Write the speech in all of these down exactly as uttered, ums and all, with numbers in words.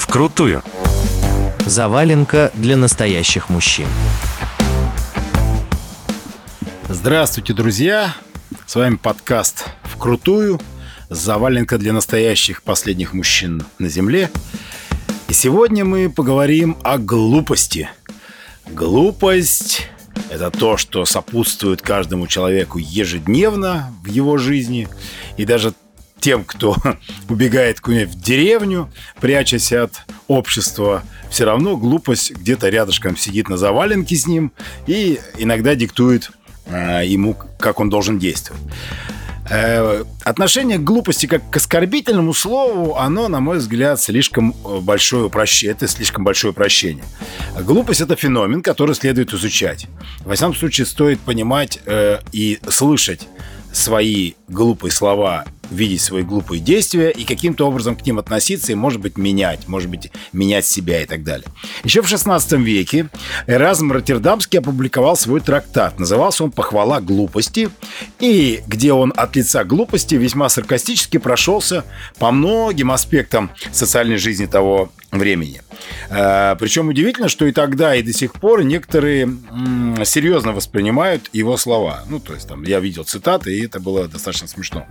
Вкрутую. Заваленка для настоящих мужчин. Здравствуйте, друзья! С вами подкаст «Вкрутую». Заваленка для настоящих последних мужчин на земле. И сегодня мы поговорим о глупости. Глупость – это то, что сопутствует каждому человеку ежедневно в его жизни. И даже тем, кто убегает куда-нибудь в деревню, прячась от общества, все равно глупость где-то рядышком сидит на заваленке с ним и иногда диктует э, ему, как он должен действовать. Э, отношение к глупости как к оскорбительному слову, оно, на мой взгляд, слишком большое упрощение. Это слишком большое упрощение. Глупость – это феномен, который следует изучать. Во всяком случае, стоит понимать э, и слышать свои глупые слова, видеть свои глупые действия и каким-то образом к ним относиться и, может быть, менять, может быть, менять себя и так далее. Еще в шестнадцатом веке Эразм Роттердамский опубликовал свой трактат. Назывался он «Похвала глупости», и где он от лица глупости весьма саркастически прошелся по многим аспектам социальной жизни того времени. Причем удивительно, что и тогда, и до сих пор некоторые м- серьезно воспринимают его слова. Ну, то есть, там, я видел цитаты, и это было достаточно смешно.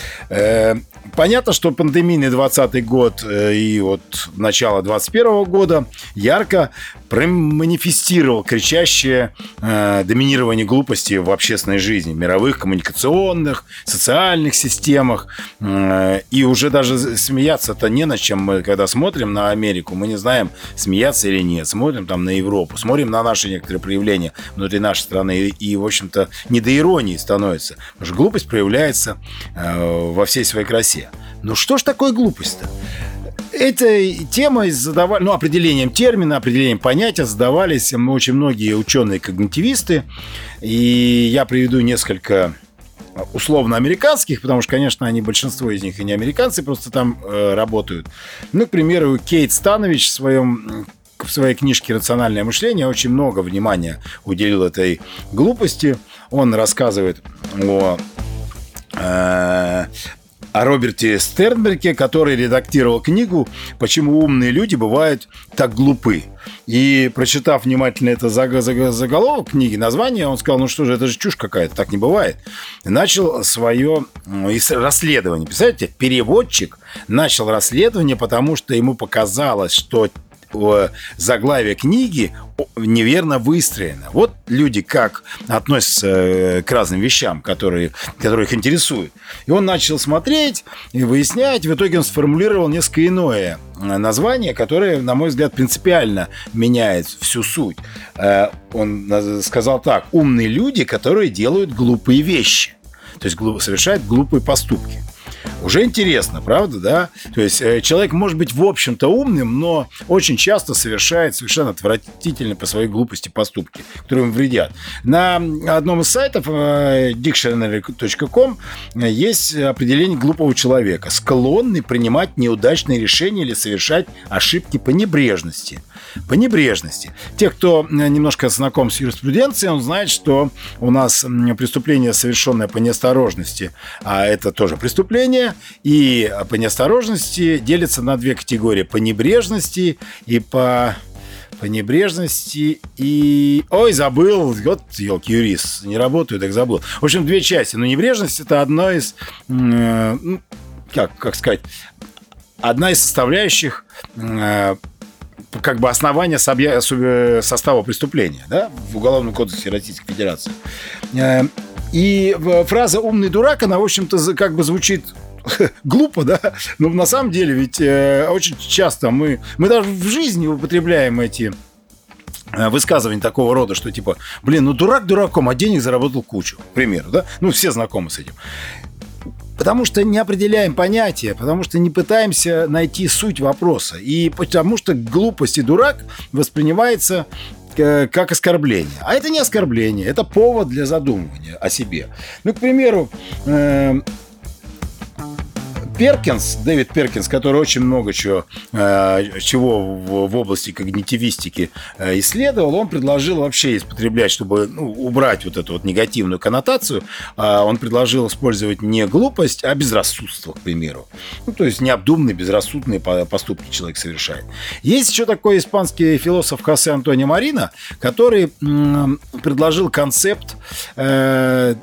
Э- понятно, что пандемийный двадцатый год э- и вот начало двадцать первого года ярко проманифестировал кричащее э- доминирование глупости в общественной жизни, в мировых коммуникационных, социальных системах. Э- и уже даже смеяться-то не над чем. Мы, когда смотрим на Америку, мы не знаем, смеяться или нет. Смотрим там на Европу, смотрим на наши некоторые проявления внутри нашей страны, и, и в общем-то, не до иронии становится. Потому что глупость проявляется э, во всей своей красе. Ну что ж такое глупость-то? Этой темой задавали, ну, определением термина, определением понятия задавались очень многие ученые-когнитивисты. И я приведу несколько условно-американских, потому что, конечно, они, большинство из них и не американцы, просто там э, работают. Ну, к примеру, Кейт Станович в, своем, в своей книжке «Рациональное мышление» очень много внимания уделил этой глупости. Он рассказывает о... Э, о Роберте Стернберге, который редактировал книгу «Почему умные люди бывают так глупы». И, прочитав внимательно это заголовок книги, название, он сказал, ну что же, это же чушь какая-то, так не бывает. И начал свое расследование. Представляете, переводчик начал расследование, потому что ему показалось, что заглавие книги неверно выстроено. Вот люди как относятся к разным вещам, которые, которые их интересуют. И он начал смотреть и выяснять. В итоге он сформулировал несколько иное название, которое, на мой взгляд, принципиально меняет всю суть. Он сказал так: умные люди, которые делают глупые вещи. То есть совершают глупые поступки. Уже интересно, правда, да? То есть человек может быть, в общем-то, умным, но очень часто совершает совершенно отвратительные по своей глупости поступки, которые ему вредят. На одном из сайтов дикшенери точка ком есть определение глупого человека: склонный принимать неудачные решения или совершать ошибки по небрежности. По небрежности. Те, кто немножко знаком с юриспруденцией, он знает, что у нас преступление, совершенное по неосторожности, а это тоже преступление, и по неосторожности делится на две категории: по небрежности и по... По небрежности и... Ой, забыл. Вот, елки, юрист. Не работаю, так забыл. В общем, две части. Но небрежность – это одна из... Э, как, как сказать? Одна из составляющих... Э, как бы основания состава преступления, да, в Уголовном кодексе Российской Федерации. И фраза «умный дурак», она, в общем-то, как бы звучит глупо, да, но на самом деле ведь очень часто мы, мы даже в жизни употребляем эти высказывания такого рода, что типа, блин, ну дурак дураком, а денег заработал кучу, к примеру, да, ну все знакомы с этим. Потому что не определяем понятия, потому что не пытаемся найти суть вопроса. И потому что глупость и дурак воспринимается как оскорбление. А это не оскорбление, это повод для задумывания о себе. Ну, к примеру, э, Перкинс, Дэвид Перкинс, который очень много чего, э, чего в, в области когнитивистики э, исследовал, он предложил вообще испотреблять, чтобы ну, убрать вот эту вот негативную коннотацию, э, он предложил использовать не глупость, а безрассудство, к примеру. Ну, то есть необдуманные, безрассудные поступки человек совершает. Есть еще такой испанский философ Хосе Антонио Марина, который м- предложил концепт э,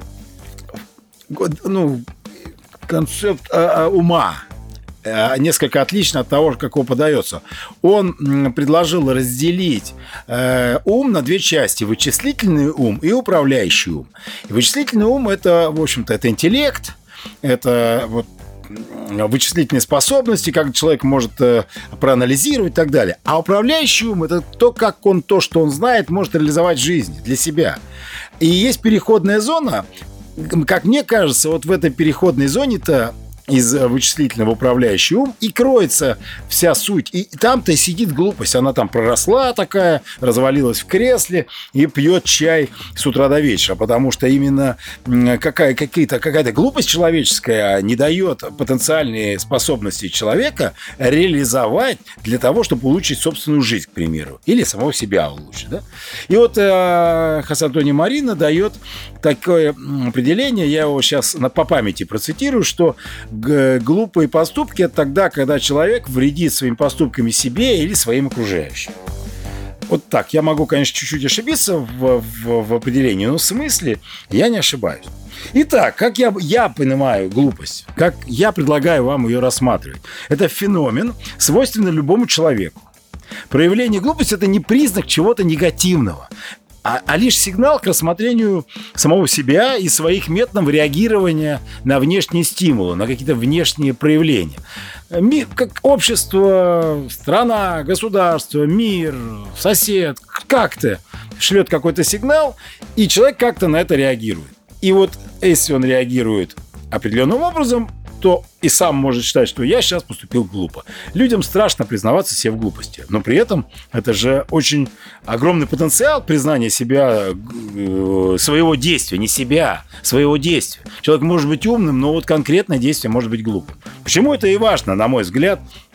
ну, концепт э, ума, э, несколько отлично от того, как его подается. Он м, предложил разделить э, ум на две части: вычислительный ум и управляющий ум. И вычислительный ум — это, в общем-то, это интеллект, это вот вычислительные способности, как человек может э, проанализировать и так далее. А управляющий ум — это то, как он то, что он знает, может реализовать в жизни для себя. И есть переходная зона. Как мне кажется, вот в этой переходной зоне-то из вычислительного управляющий ум и кроется вся суть. И там-то сидит глупость. Она там проросла такая, развалилась в кресле и пьет чай с утра до вечера. Потому что именно какая, какие-то, какая-то глупость человеческая не дает потенциальные способности человека реализовать для того, чтобы улучшить собственную жизнь, к примеру. Или самого себя улучшить. Да? И вот э, Хосе Антонио Марина дает такое определение, я его сейчас по памяти процитирую, что глупые поступки — это тогда, когда человек вредит своими поступками себе или своим окружающим. Вот так. Я могу, конечно, чуть-чуть ошибиться в, в, в определении, но в смысле я не ошибаюсь. Итак, как я, я понимаю глупость, как я предлагаю вам ее рассматривать. Это феномен, свойственный любому человеку. Проявление глупости — это не признак чего-то негативного, А, а лишь сигнал к рассмотрению самого себя и своих методов реагирования на внешние стимулы, на какие-то внешние проявления. Мир, как общество, страна, государство, мир, сосед, как-то шлет какой-то сигнал, и человек как-то на это реагирует. И вот если он реагирует определенным образом, то и сам может считать, что я сейчас поступил глупо. Людям страшно признаваться себе в глупости. Но при этом это же очень огромный потенциал признания себя, своего действия, не себя, своего действия. Человек может быть умным, но вот конкретное действие может быть глупым. Почему это и важно, на мой взгляд,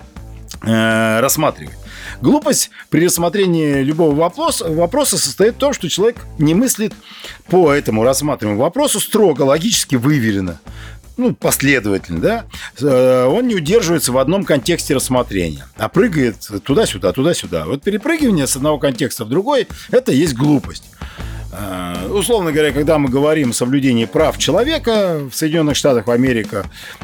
рассматривать? Глупость при рассмотрении любого вопроса, вопроса состоит в том, что человек не мыслит по этому рассматриваемому вопросу строго, логически выверенно. Ну, последовательно, да, он не удерживается в одном контексте рассмотрения, а прыгает туда-сюда, туда-сюда. Вот перепрыгивание с одного контекста в другой – это есть глупость. Условно говоря, когда мы говорим о соблюдении прав человека в Соединенных Штатах Америки,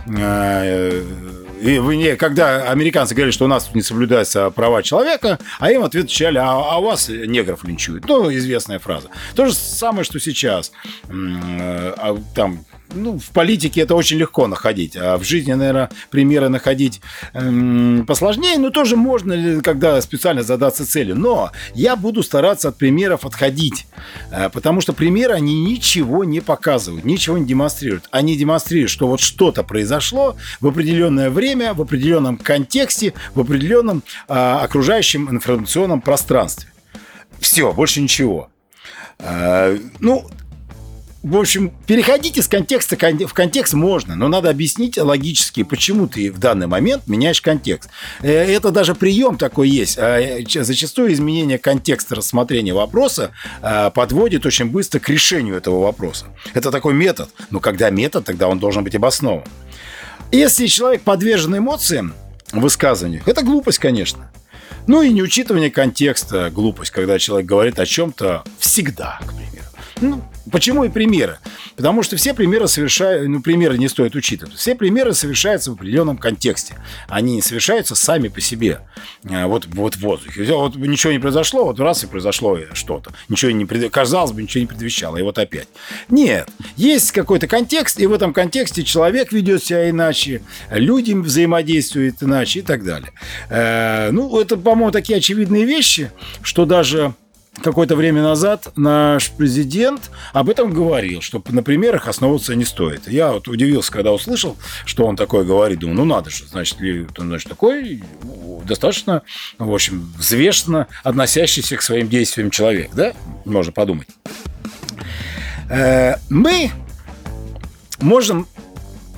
и когда американцы говорили, что у нас не соблюдаются права человека, а им отвечали: а, а у вас негров линчуют. Ну, известная фраза. То же самое, что сейчас. Там, ну, в политике это очень легко находить, а в жизни, наверное, примеры находить эм, посложнее, но тоже можно, когда специально задаться целью. Но я буду стараться от примеров отходить, э, потому что примеры, они ничего не показывают, ничего не демонстрируют. Они демонстрируют, что вот что-то произошло в определенное время, в определенном контексте, в определенном э, окружающем информационном пространстве. Все, больше ничего. Э, ну, В общем, переходить из контекста в контекст можно, но надо объяснить логически, почему ты в данный момент меняешь контекст. Это даже прием такой есть. Зачастую изменение контекста рассмотрения вопроса подводит очень быстро к решению этого вопроса. Это такой метод. Но когда метод, тогда он должен быть обоснован. Если человек подвержен эмоциям, высказыванию, это глупость, конечно. Ну и неучитывание контекста – глупость, когда человек говорит о чем-то всегда, к примеру. Ну, почему и примеры? Потому что все примеры совершают, ну, примеры не стоит учитывать. Все примеры совершаются в определенном контексте. Они не совершаются сами по себе. Вот, вот в воздухе. Вот ничего не произошло, вот раз и произошло что-то. Ничего не пред... Казалось бы, ничего не предвещало, и вот опять. Нет. Есть какой-то контекст, и в этом контексте человек ведет себя иначе, люди взаимодействуют иначе и так далее. Ну, это, по-моему, такие очевидные вещи, что даже какое-то время назад наш президент об этом говорил, что на примерах основываться не стоит. Я вот удивился, когда услышал, что он такое говорит. Думаю, ну надо же, значит, он, значит, такой достаточно, в общем, взвешенно относящийся к своим действиям человек, да? Можно подумать. Мы можем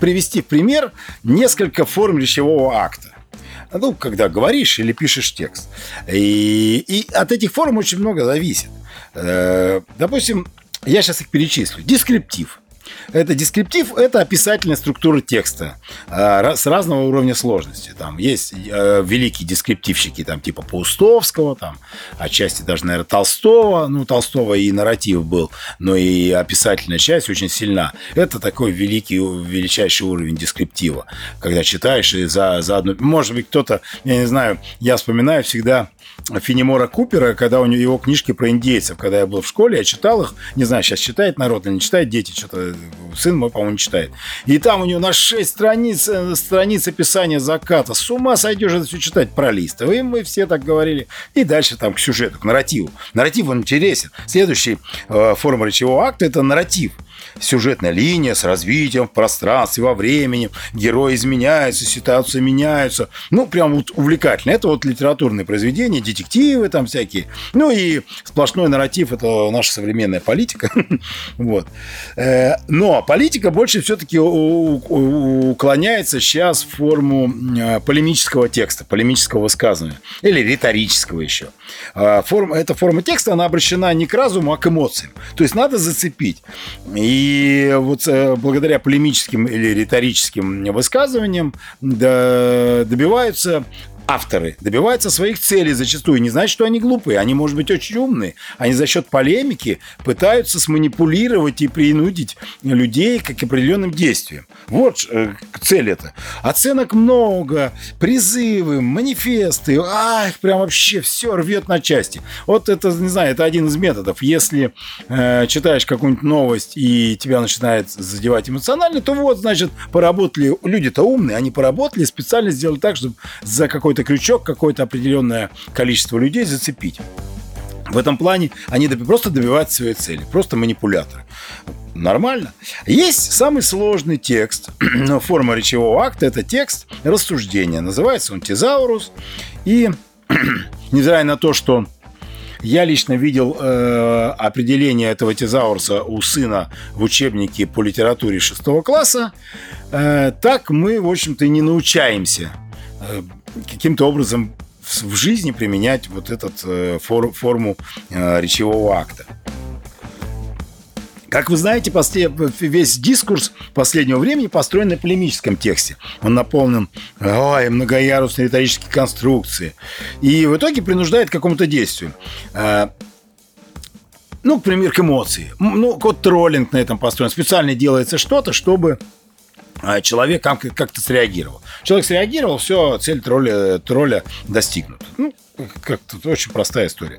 привести в пример несколько форм речевого акта. Ну, когда говоришь или пишешь текст. И, и от этих форм очень много зависит. Допустим, я сейчас их перечислю. Дескриптив. Это дескриптив – это описательная структура текста э, с разного уровня сложности. Там есть э, великие дескриптивщики, там, типа Паустовского, там, отчасти даже, наверное, Толстого. Ну, Толстого и нарратив был, но и описательная часть очень сильна. Это такой великий, величайший уровень дескриптива, когда читаешь и за, за одну... Может быть, кто-то, я не знаю, я вспоминаю всегда Фенемора Купера, когда у него его книжки про индейцев, когда я был в школе, я читал их, не знаю, сейчас читает народ или не читает, дети что-то, сын мой, по-моему, читает. И там у него на шесть страниц, страниц описания заката. С ума сойдешь это все читать, пролистывай. И мы все так говорили. И дальше там к сюжету, к нарративу. Нарратив, он интересен. Следующая э, форма речевого акта – это нарратив. Сюжетная линия с развитием в пространстве, во времени. Герои изменяются, ситуации меняются. Ну, прям вот увлекательно. Это вот литературные произведения, детективы там всякие. Ну, и сплошной нарратив – это наша современная политика. Вот. Но политика больше все-таки уклоняется сейчас в форму полемического текста, полемического высказывания. Или риторического еще. Форма, эта форма текста, она обращена не к разуму, а к эмоциям. То есть надо зацепить. И вот благодаря полемическим или риторическим высказываниям добиваются авторы, добиваются своих целей зачастую. Не значит, что они глупые. Они, может быть, очень умные. Они за счет полемики пытаются сманипулировать и принудить людей к определенным действиям. Вот цель это. Оценок много, призывы, манифесты. Ах, прям вообще все рвет на части. Вот это, не знаю, это один из методов. Если э, читаешь какую-нибудь новость и тебя начинает задевать эмоционально, то вот, значит, поработали. Люди-то умные, они поработали, специально сделали так, чтобы за какой-то крючок, какое-то определенное количество людей зацепить. В этом плане они просто добиваются своей цели. Просто манипуляторы. Нормально. Есть самый сложный текст. Форма речевого акта – это текст рассуждения. Называется он тезаурус. И невзирая на то, что я лично видел э, определение этого тезауруса у сына в учебнике по литературе шестого класса, э, так мы, в общем-то, и не научаемся э, каким-то образом в жизни применять вот эту э, фор, форму э, речевого акта. Как вы знаете, весь дискурс последнего времени построен на полемическом тексте. Он наполнен ой, многоярусной риторической конструкцией. И в итоге принуждает к какому-то действию. Ну, к примеру, к эмоции. Ну, вот троллинг на этом построен. Специально делается что-то, чтобы человек как-то среагировал. Человек среагировал, все, цель тролля, тролля достигнута. Ну, как-то очень простая история.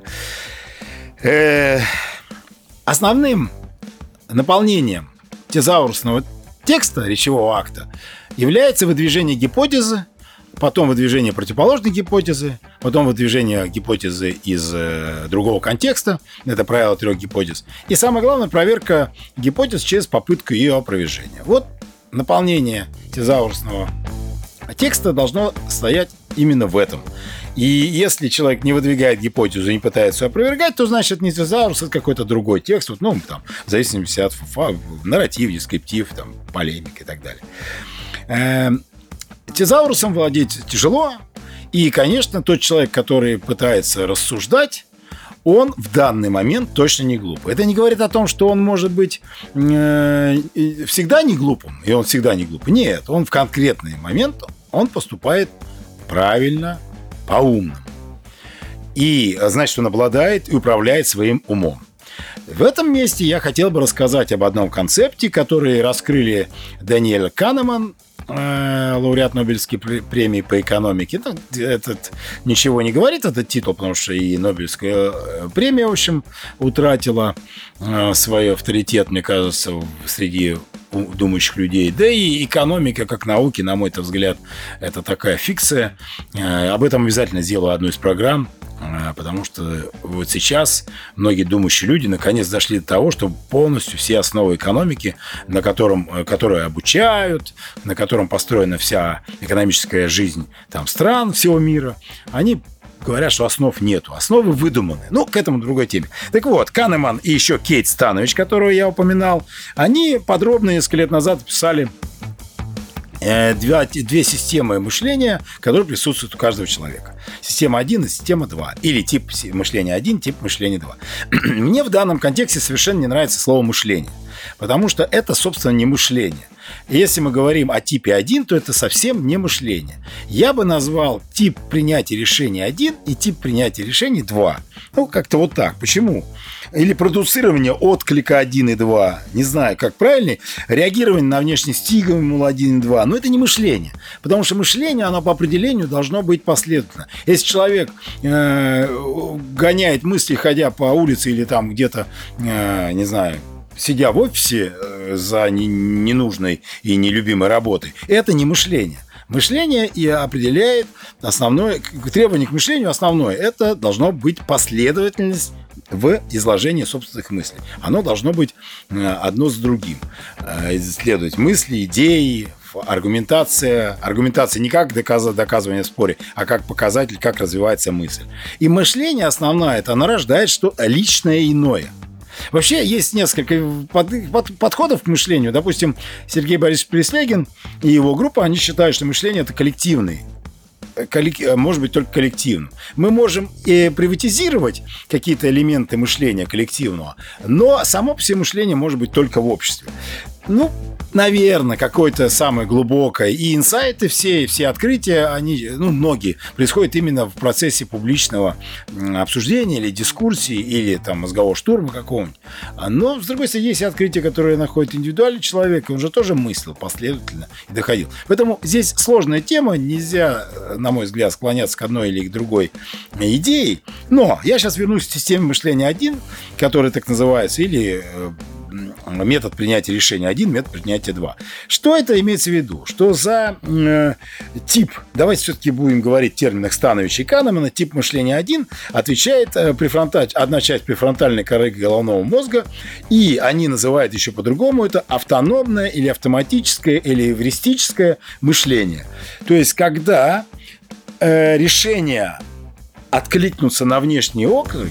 Основным наполнением тезаурусного текста, речевого акта, является выдвижение гипотезы, потом выдвижение противоположной гипотезы, потом выдвижение гипотезы из э, другого контекста. Это правило трех гипотез. И самое главное, проверка гипотез через попытку ее опровержения. Вот наполнение тезаурусного текста должно стоять именно в этом. И если человек не выдвигает гипотезу и не пытается ее опровергать, то значит не тезаурус, это какой-то другой текст. Вот, ну, там, в зависимости от нарратив, дескриптив, там, полемик и так далее. Э-э- тезаурусом владеть тяжело. И, конечно, тот человек, который пытается рассуждать, он в данный момент точно не глупый. Это не говорит о том, что он может быть э- всегда не глупым, и он всегда не глупый. Нет, он в конкретный момент он поступает правильно, по-умному. И значит, он обладает и управляет своим умом. В этом месте я хотел бы рассказать об одном концепте, который раскрыли Даниэль Канеман, э, лауреат Нобелевской премии по экономике. Ну, этот ничего не говорит, этот титул, потому что и Нобелевская премия, в общем, утратила э, свой авторитет, мне кажется, среди думающих людей. Да и экономика как науки, на мой взгляд, это такая фикция. Об этом обязательно сделаю одну из программ, потому что вот сейчас многие думающие люди наконец дошли до того, что полностью все основы экономики, на котором, которые обучают, на котором построена вся экономическая жизнь там, стран всего мира, они говорят, что основ нету. Основы выдуманы. Ну, к этому другой теме. Так вот, Канеман и еще Кейт Станович, которую я упоминал, они подробно несколько лет назад писали Две, две системы мышления, которые присутствуют у каждого человека. Система один и система два. Или тип мышления один, тип мышления два. Мне в данном контексте совершенно не нравится слово «мышление», потому что это, собственно, не мышление. Если мы говорим о типе один, то это совсем не мышление. Я бы назвал тип принятия решений один и тип принятия решений два. Ну, как-то вот так. Почему? Или продуцирование отклика один и два. Не знаю, как правильнее. Реагирование на внешний стимул один и два. Но это не мышление. Потому что мышление, оно по определению должно быть последовательно. Если человек э, гоняет мысли, ходя по улице или там где-то, э, не знаю, сидя в офисе за ненужной и нелюбимой работой, это не мышление. Мышление и определяет основное, требование к мышлению основное, это должно быть последовательность в изложении собственных мыслей. Оно должно быть одно с другим. Исследовать мысли, идеи, аргументация. Аргументация не как доказ... доказывание в споре, а как показатель, как развивается мысль. И мышление основное, это оно рождает что-то личное и иное. Вообще есть несколько под, под, подходов к мышлению. Допустим, Сергей Борисович Переслегин и его группа, они считают, что мышление – это коллективный. Коллек... Может быть, только коллективным. Мы можем и приватизировать какие-то элементы мышления коллективного, но само по себе мышление может быть только в обществе. Ну, наверное, какое-то самое глубокое. И инсайты все, все открытия, они, ну, многие, происходят именно в процессе публичного обсуждения или дискуссии, или там мозгового штурма какого-нибудь. Но, с другой стороны, есть открытия, которые находит индивидуальный человек, и он же тоже мыслил последовательно и доходил. Поэтому здесь сложная тема, нельзя, на мой взгляд, склоняться к одной или к другой идее. Но я сейчас вернусь к системе мышления один, которая так называется, или метод принятия решения один, метод принятия два. Что это имеется в виду? Что за э, тип, давайте все-таки будем говорить в терминах Становича и Канемана, тип мышления один отвечает э, префронталь, одна часть префронтальной коры головного мозга, и они называют еще по-другому это автономное или автоматическое или эвристическое мышление. То есть, когда э, решение откликнуться на внешний окрик,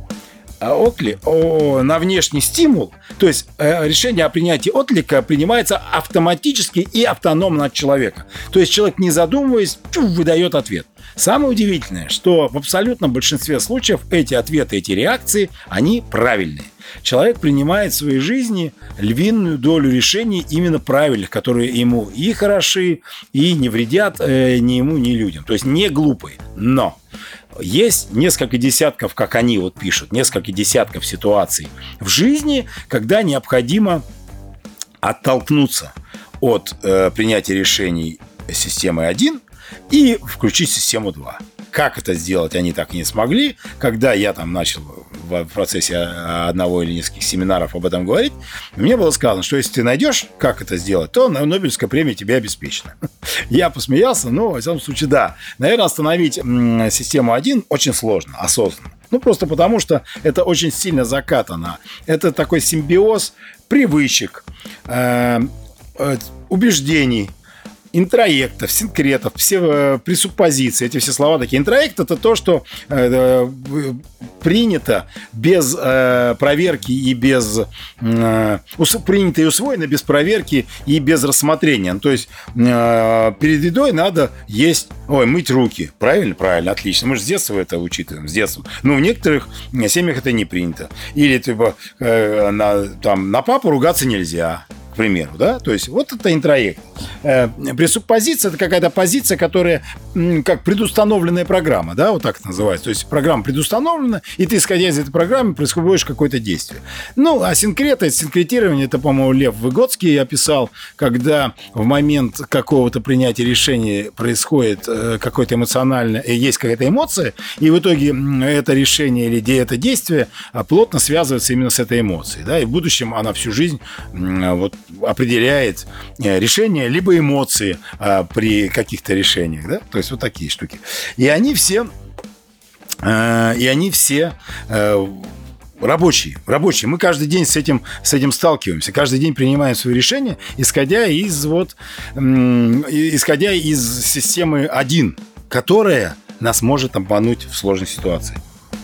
Отли, о, на внешний стимул, то есть э, решение о принятии отклика принимается автоматически и автономно от человека. То есть человек, не задумываясь, чух, выдает ответ. Самое удивительное, что в абсолютном большинстве случаев эти ответы, эти реакции, они правильные. Человек принимает в своей жизни львиную долю решений именно правильных, которые ему и хороши, и не вредят э, ни ему, ни людям. То есть не глупые. Но есть несколько десятков, как они вот пишут, несколько десятков ситуаций в жизни, когда необходимо оттолкнуться от э, принятия решений системы один и включить систему два. Как это сделать, они так и не смогли. Когда я там начал в процессе одного или нескольких семинаров об этом говорить, мне было сказано, что если ты найдешь, как это сделать, то Нобелевская премия тебе обеспечена. Я посмеялся, но, во всяком случае, да. Наверное, остановить систему один очень сложно, осознанно. Ну, просто потому, что это очень сильно закатано. Это такой симбиоз привычек, э, э, убеждений, интроектов, синкретов, все пресуппозиции, эти все слова такие. Интроект – это то, что э, принято без э, проверки и без… Э, принято и усвоено без проверки и без рассмотрения. То есть э, перед едой надо есть… Ой, мыть руки. Правильно? Правильно, отлично. Мы же с детства это учитываем, с детства. Но в некоторых семьях это не принято. Или типа э, на, там, на папу ругаться нельзя. К примеру, да, то есть вот это интроект. Э, пресуппозиция – это какая-то позиция, которая м, как предустановленная программа, да, вот так это называется. То есть программа предустановлена, и ты, исходя из этой программы, происходишь какое-то действие. Ну, а синкрета, синкретирование, это, по-моему, Лев Выгодский описал, когда в момент какого-то принятия решения происходит э, какое-то эмоциональное, э, есть какая-то эмоция, и в итоге это решение или это действие плотно связывается именно с этой эмоцией, да, и в будущем она всю жизнь э, вот определяет решение либо эмоции а, при каких-то решениях, да, то есть вот такие штуки. И они все, э, и они все э, рабочие, рабочие. Мы каждый день с этим, с этим сталкиваемся, каждый день принимаем свои решения, исходя из вот, э, исходя из системы один, которая нас может обмануть в сложной ситуации.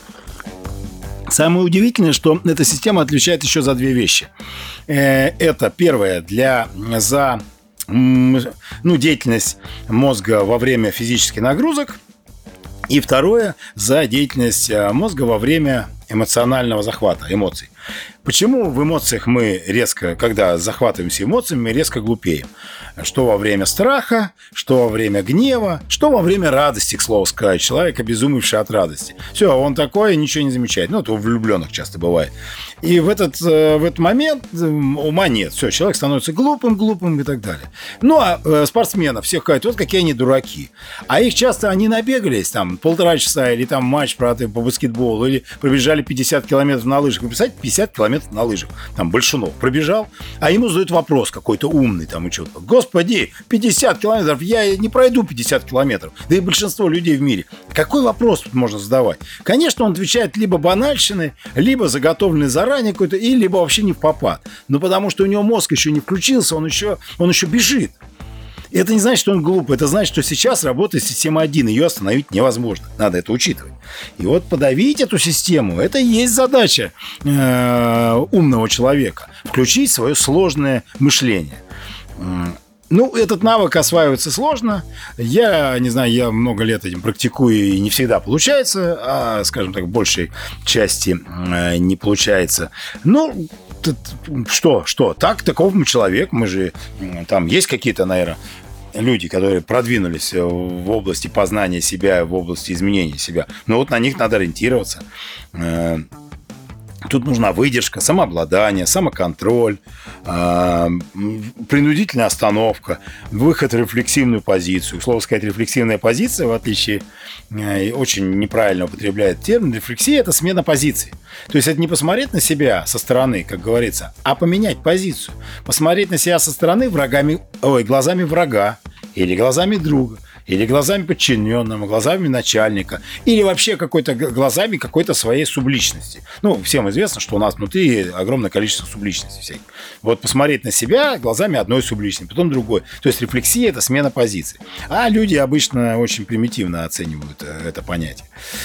Самое удивительное, что эта система отвечает еще за две вещи. Это первое, для, за ну, деятельность мозга во время физических нагрузок. И второе, за деятельность мозга во время эмоционального захвата, эмоций. Почему в эмоциях мы резко, когда захватываемся эмоциями, мы резко глупеем? Что во время страха, что во время гнева, что во время радости, к слову сказать. Человек, обезумевший от радости. Все, он такой, ничего не замечает. Ну, это у влюбленных часто бывает. И в этот, в этот момент ума нет. Все, человек становится глупым, глупым и так далее. Ну, а спортсменов всех говорят, вот какие они дураки. А их часто они набегались, там, полтора часа, или там матч по баскетболу, или пробежали пятьдесят километров на лыжах. Вы представляете, пятьдесят километров на лыжах. Там Большунов пробежал, а ему задают вопрос какой-то умный там и что-то. Господи, пятьдесят километров, я не пройду пятьдесят километров. Да и большинство людей в мире. Какой вопрос тут можно задавать? Конечно, он отвечает либо банальщины, либо заготовленный заранее какой-то, и либо вообще не впопад. Но потому что у него мозг еще не включился, он еще, он еще бежит. И это не значит, что он глупый. Это значит, что сейчас работает система один. Ее остановить невозможно. Надо это учитывать. И вот подавить эту систему – это и есть задача э, умного человека. Включить свое сложное мышление. Ну, этот навык осваивается сложно. Я, не знаю, я много лет этим практикую, и не всегда получается. А, скажем так, в большей части э, не получается. Ну, что, что? Так, таков мы человек. Мы же, там есть какие-то, наверное, люди, которые продвинулись в области познания себя, в области изменения себя. Но вот на них надо ориентироваться. Тут нужна выдержка, самообладание, самоконтроль, принудительная остановка, выход в рефлексивную позицию. К слову сказать, рефлексивная позиция, в отличие, очень неправильно употребляет термин, рефлексия – это смена позиции. То есть это не посмотреть на себя со стороны, как говорится, а поменять позицию. Посмотреть на себя со стороны врагами, ой, глазами врага или глазами друга. Или глазами подчиненного, глазами начальника, или вообще какой-то глазами какой-то своей субличности. Ну, всем известно, что у нас внутри огромное количество субличностей всяких. Вот посмотреть на себя глазами одной субличности, потом другой. То есть рефлексия – это смена позиций. А люди обычно очень примитивно оценивают это понятие.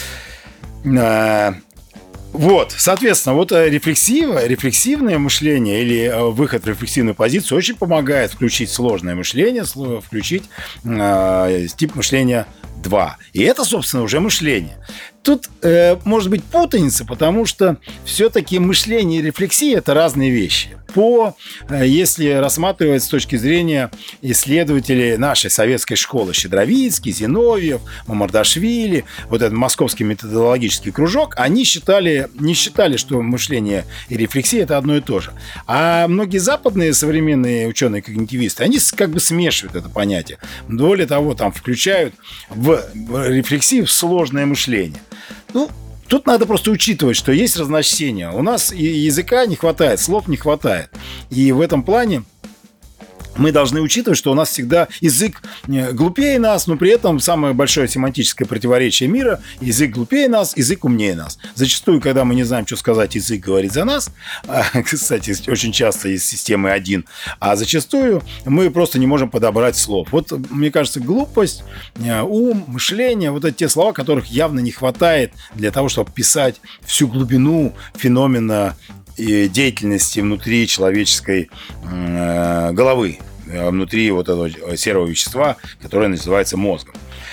Вот, соответственно, вот рефлексивное, рефлексивное мышление или выход в рефлексивную позицию очень помогает включить сложное мышление, включить э, тип мышления два. И это, собственно, уже мышление. Тут э, может быть путаница, потому что все-таки мышление и рефлексия – это разные вещи. По, э, если рассматривать с точки зрения исследователей нашей советской школы Щедровицкий, Зиновьев, Мамардашвили, вот этот московский методологический кружок, они считали, не считали, что мышление и рефлексия – это одно и то же. А многие западные современные ученые-когнитивисты, они как бы смешивают это понятие. Более того, там включают в рефлексию сложное мышление. Ну, тут надо просто учитывать, что есть разночтения. У нас и языка не хватает, слов не хватает. И в этом плане мы должны учитывать, что у нас всегда язык глупее нас, но при этом самое большое семантическое противоречие мира – язык глупее нас, язык умнее нас. Зачастую, когда мы не знаем, что сказать, язык говорит за нас. Кстати, очень часто из системы один. А зачастую мы просто не можем подобрать слов. Вот, мне кажется, глупость, ум, мышление – вот это те слова, которых явно не хватает для того, чтобы описать всю глубину феномена и деятельности внутри человеческой э, головы, внутри вот этого серого вещества, которое называется мозгом.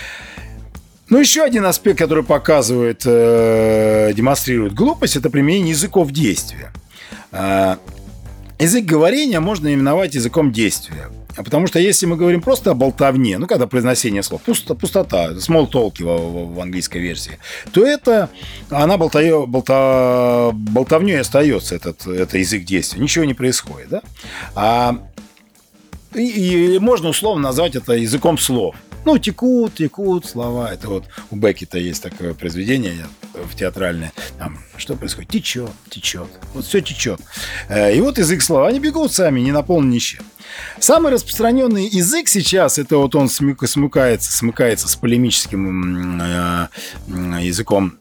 Ну, еще один аспект, который показывает, э, демонстрирует глупость, это применение языков действия. Э, язык говорения можно именовать языком действия. Потому что если мы говорим просто о болтовне, ну, когда произношение слов, пустота, пустота small talk в, в, в английской версии, то это, она болтаю, болта, болтовней остается, этот, это язык действия, ничего не происходит, да? А, и, и можно условно назвать это языком слов. Ну, текут, текут слова. Это вот у Беккета есть такое произведение в театральное. Там, что происходит? Течет, течет. Вот все течет. И вот язык слова. Они бегут сами, не наполнены ничем. Самый распространенный язык сейчас, это вот он смыкается, смыкается с полемическим языком,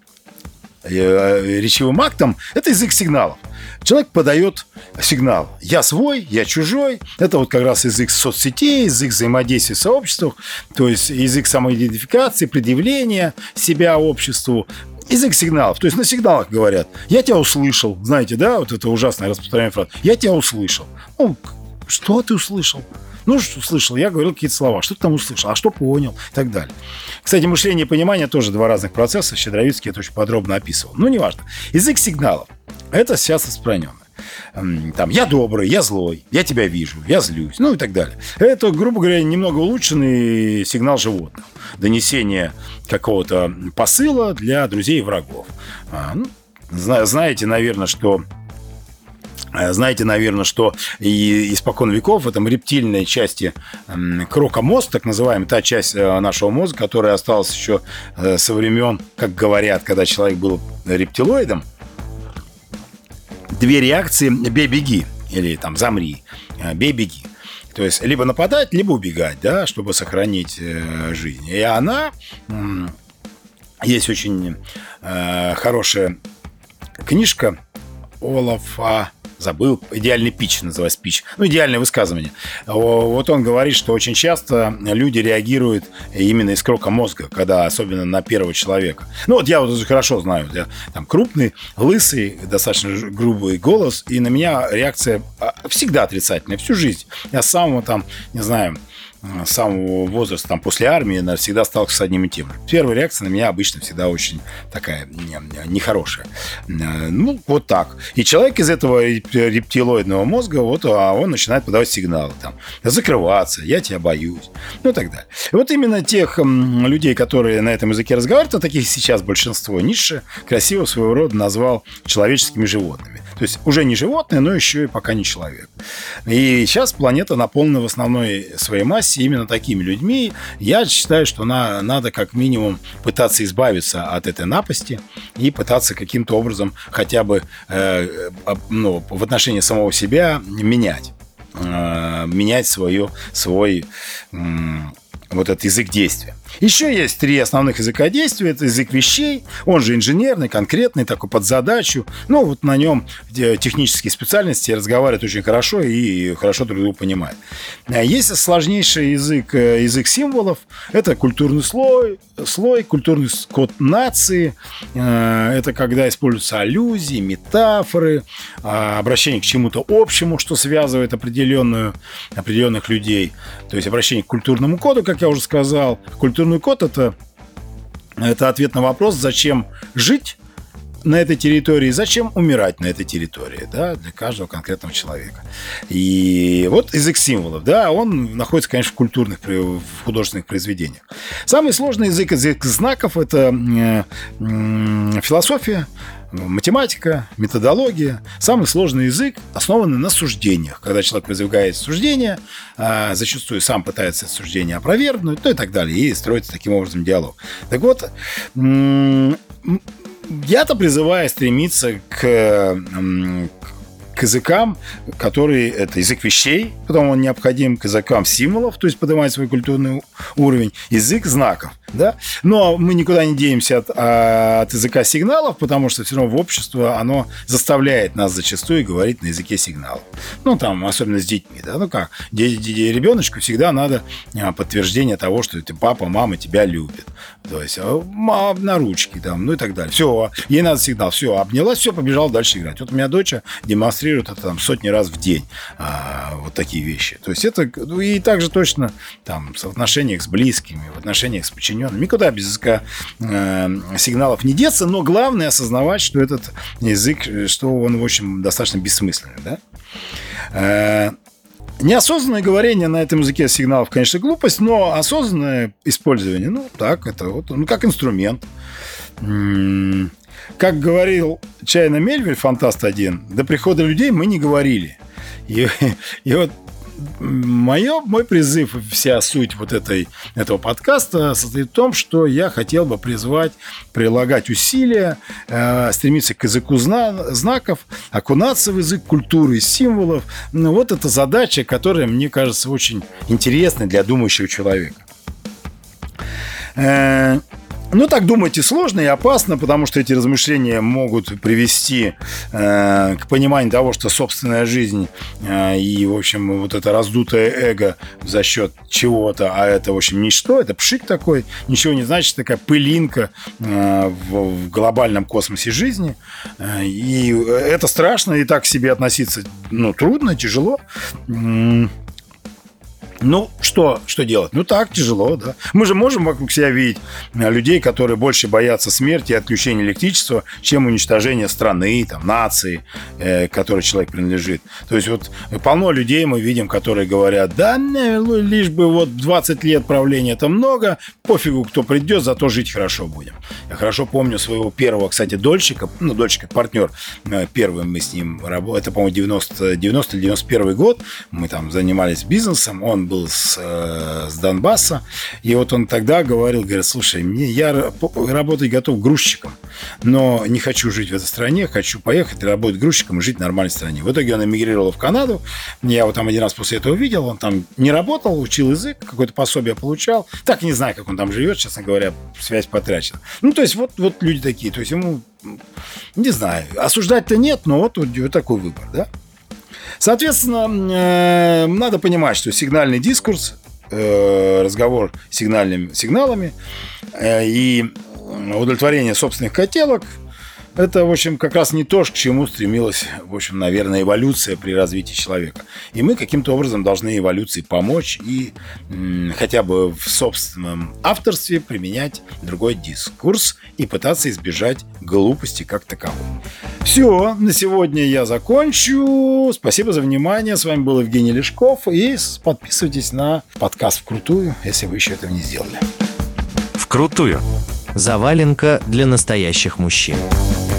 речевым актом, это язык сигналов. Человек подает сигнал. Я свой, я чужой. Это вот как раз язык соцсетей, язык взаимодействия в сообществах, то есть язык самоидентификации, предъявления себя обществу. Язык сигналов. То есть на сигналах говорят: я тебя услышал. Знаете, да, вот это ужасная распространенная фраза. Я тебя услышал. Ну, что ты услышал? Ну, что услышал? Я говорил какие-то слова. Что ты там услышал? А что понял? И так далее. Кстати, мышление и понимание тоже два разных процесса. Щедровицкий это очень подробно описывал. Ну, неважно. Язык сигналов. Это сейчас распространенно. Там, я добрый, я злой, я тебя вижу, я злюсь, ну и так далее. Это, грубо говоря, немного улучшенный сигнал животных. Донесение какого-то посыла для друзей и врагов. А, ну, знаете, наверное, что... Знаете, наверное, что и испокон веков в этом рептильной части крокомозг, так называемая, та часть нашего мозга, которая осталась еще со времен, как говорят, когда человек был рептилоидом, две реакции «бей-беги» или там «замри», «бей-беги». То есть либо нападать, либо убегать, да, чтобы сохранить э, жизнь. И она... Э, есть очень э, хорошая книжка Олафа... Забыл, идеальный пич называется, пич. Ну, идеальное высказывание. Вот он говорит, что очень часто люди реагируют именно из крока мозга, когда особенно на первого человека. Ну, вот я вот уже хорошо знаю, я там крупный, лысый, достаточно грубый голос, и на меня реакция всегда отрицательная, всю жизнь. Я с самого там, не знаю, с самого возраста, там, после армии, наверное, всегда сталкивался с одним и тем же. Первая реакция на меня обычно всегда очень такая нехорошая. Ну, вот так. И человек из этого рептилоидного мозга, вот, а он начинает подавать сигналы. Там, закрываться, я тебя боюсь, ну и так далее. И вот именно тех м, людей, которые на этом языке разговаривают, а таких сейчас большинство, Ницше красиво своего рода назвал человеческими животными. То есть уже не животное, но еще и пока не человек. И сейчас планета наполнена в основной своей массе именно такими людьми. Я считаю, что на, надо как минимум пытаться избавиться от этой напасти и пытаться каким-то образом хотя бы э, ну, в отношении самого себя менять. Э, менять свое, свой... Э, вот этот язык действия. Еще есть три основных языка действия. Это язык вещей, он же инженерный, конкретный, такой под задачу. Ну, вот на нем технические специальности разговаривают очень хорошо и хорошо друг друга понимают. Есть сложнейший язык, язык символов. Это культурный слой, слой, культурный код нации. Это когда используются аллюзии, метафоры, обращение к чему-то общему, что связывает определенную, определенных людей. То есть обращение к культурному коду, как я уже сказал. Культурный код это, – это ответ на вопрос, зачем жить на этой территории, зачем умирать на этой территории, да, для каждого конкретного человека. И вот язык символов, да, он находится, конечно, в культурных, в художественных произведениях. Самый сложный язык, язык знаков – это философия, математика, методология. Самый сложный язык основан на суждениях. Когда человек выдвигает суждение, зачастую сам пытается это суждение опровергнуть, ну и так далее, и строится таким образом диалог. Так вот, я-то призываю стремиться к, к языкам, которые... Это язык вещей, потом он необходим, к языкам символов, то есть поднимать свой культурный уровень, язык знаков. Да? Но мы никуда не денемся от, от языка сигналов, потому что все равно в обществе оно заставляет нас зачастую говорить на языке сигналов. Ну, там, особенно с детьми. Да? Ну, как? Ребеночку всегда надо подтверждение того, что ты папа, мама тебя любит. То есть, на ручки, там, ну и так далее. Все, ей надо сигнал. Все, обнялась, все, побежала дальше играть. Вот у меня дочь демонстрирует это там сотни раз в день. А, вот такие вещи. То есть, это и также точно там, в отношениях с близкими, в отношениях с подчиненными. Никуда без языка э, сигналов не деться, но главное осознавать, что этот язык, что он, в общем, достаточно бессмысленный. Да? Э, неосознанное говорение на этом языке сигналов, конечно, глупость, но осознанное использование, ну, так, это вот, ну, как инструмент. М-м, как говорил Чайна Мельвиль, фантаст один, до прихода людей мы не говорили. И, и вот Мое, мой призыв, вся суть вот этой, этого подкаста состоит в том, что я хотел бы призвать прилагать усилия, э, стремиться к языку зна- знаков, окунаться в язык культуры и символов. Ну, вот это задача, которая, мне кажется, очень интересной для думающего человека. Э, Ну, так думать и сложно, и опасно, потому что эти размышления могут привести э, к пониманию того, что собственная жизнь э, и, в общем, вот это раздутое эго за счет чего-то, а это, в общем, ничто, это пшик такой, ничего не значит, такая пылинка э, в, в глобальном космосе жизни. Э, и это страшно, и так к себе относиться, ну, трудно, тяжело. Ну, что, что делать? Ну, так, тяжело, да. Мы же можем вокруг себя видеть людей, которые больше боятся смерти и отключения электричества, чем уничтожения страны, там, нации, э, к которой человек принадлежит. То есть вот полно людей мы видим, которые говорят, да, не, лишь бы вот двадцать лет правления это много, пофигу, кто придет, зато жить хорошо будем. Я хорошо помню своего первого, кстати, дольщика, ну, дольщик как партнер, первый мы с ним работали, это, по-моему, девяностый или девяносто первый год, мы там занимались бизнесом, он был с, с Донбасса, и вот он тогда говорил, говорит, слушай, мне, я работать готов грузчиком, но не хочу жить в этой стране, хочу поехать и работать грузчиком и жить в нормальной стране. В итоге он эмигрировал в Канаду, я его там один раз после этого видел, он там не работал, учил язык, какое-то пособие получал, так не знаю, как он там живет, честно говоря, связь потрачена. Ну, то есть вот, вот люди такие, то есть ему, не знаю, осуждать-то нет, но вот, вот, вот такой выбор, да. Соответственно, э, надо понимать, что сигнальный дискурс, э, разговор с сигнальными сигналами э, и удовлетворение собственных хотелок – это, в общем, как раз не то, к чему стремилась, в общем, наверное, эволюция при развитии человека. И мы каким-то образом должны эволюции помочь и м, хотя бы в собственном авторстве применять другой дискурс и пытаться избежать глупости как таковой. Все, на сегодня я закончу. Спасибо за внимание. С вами был Евгений Лешков. И подписывайтесь на подкаст «Вкрутую», если вы еще этого не сделали. Вкрутую. Заваленка для настоящих мужчин.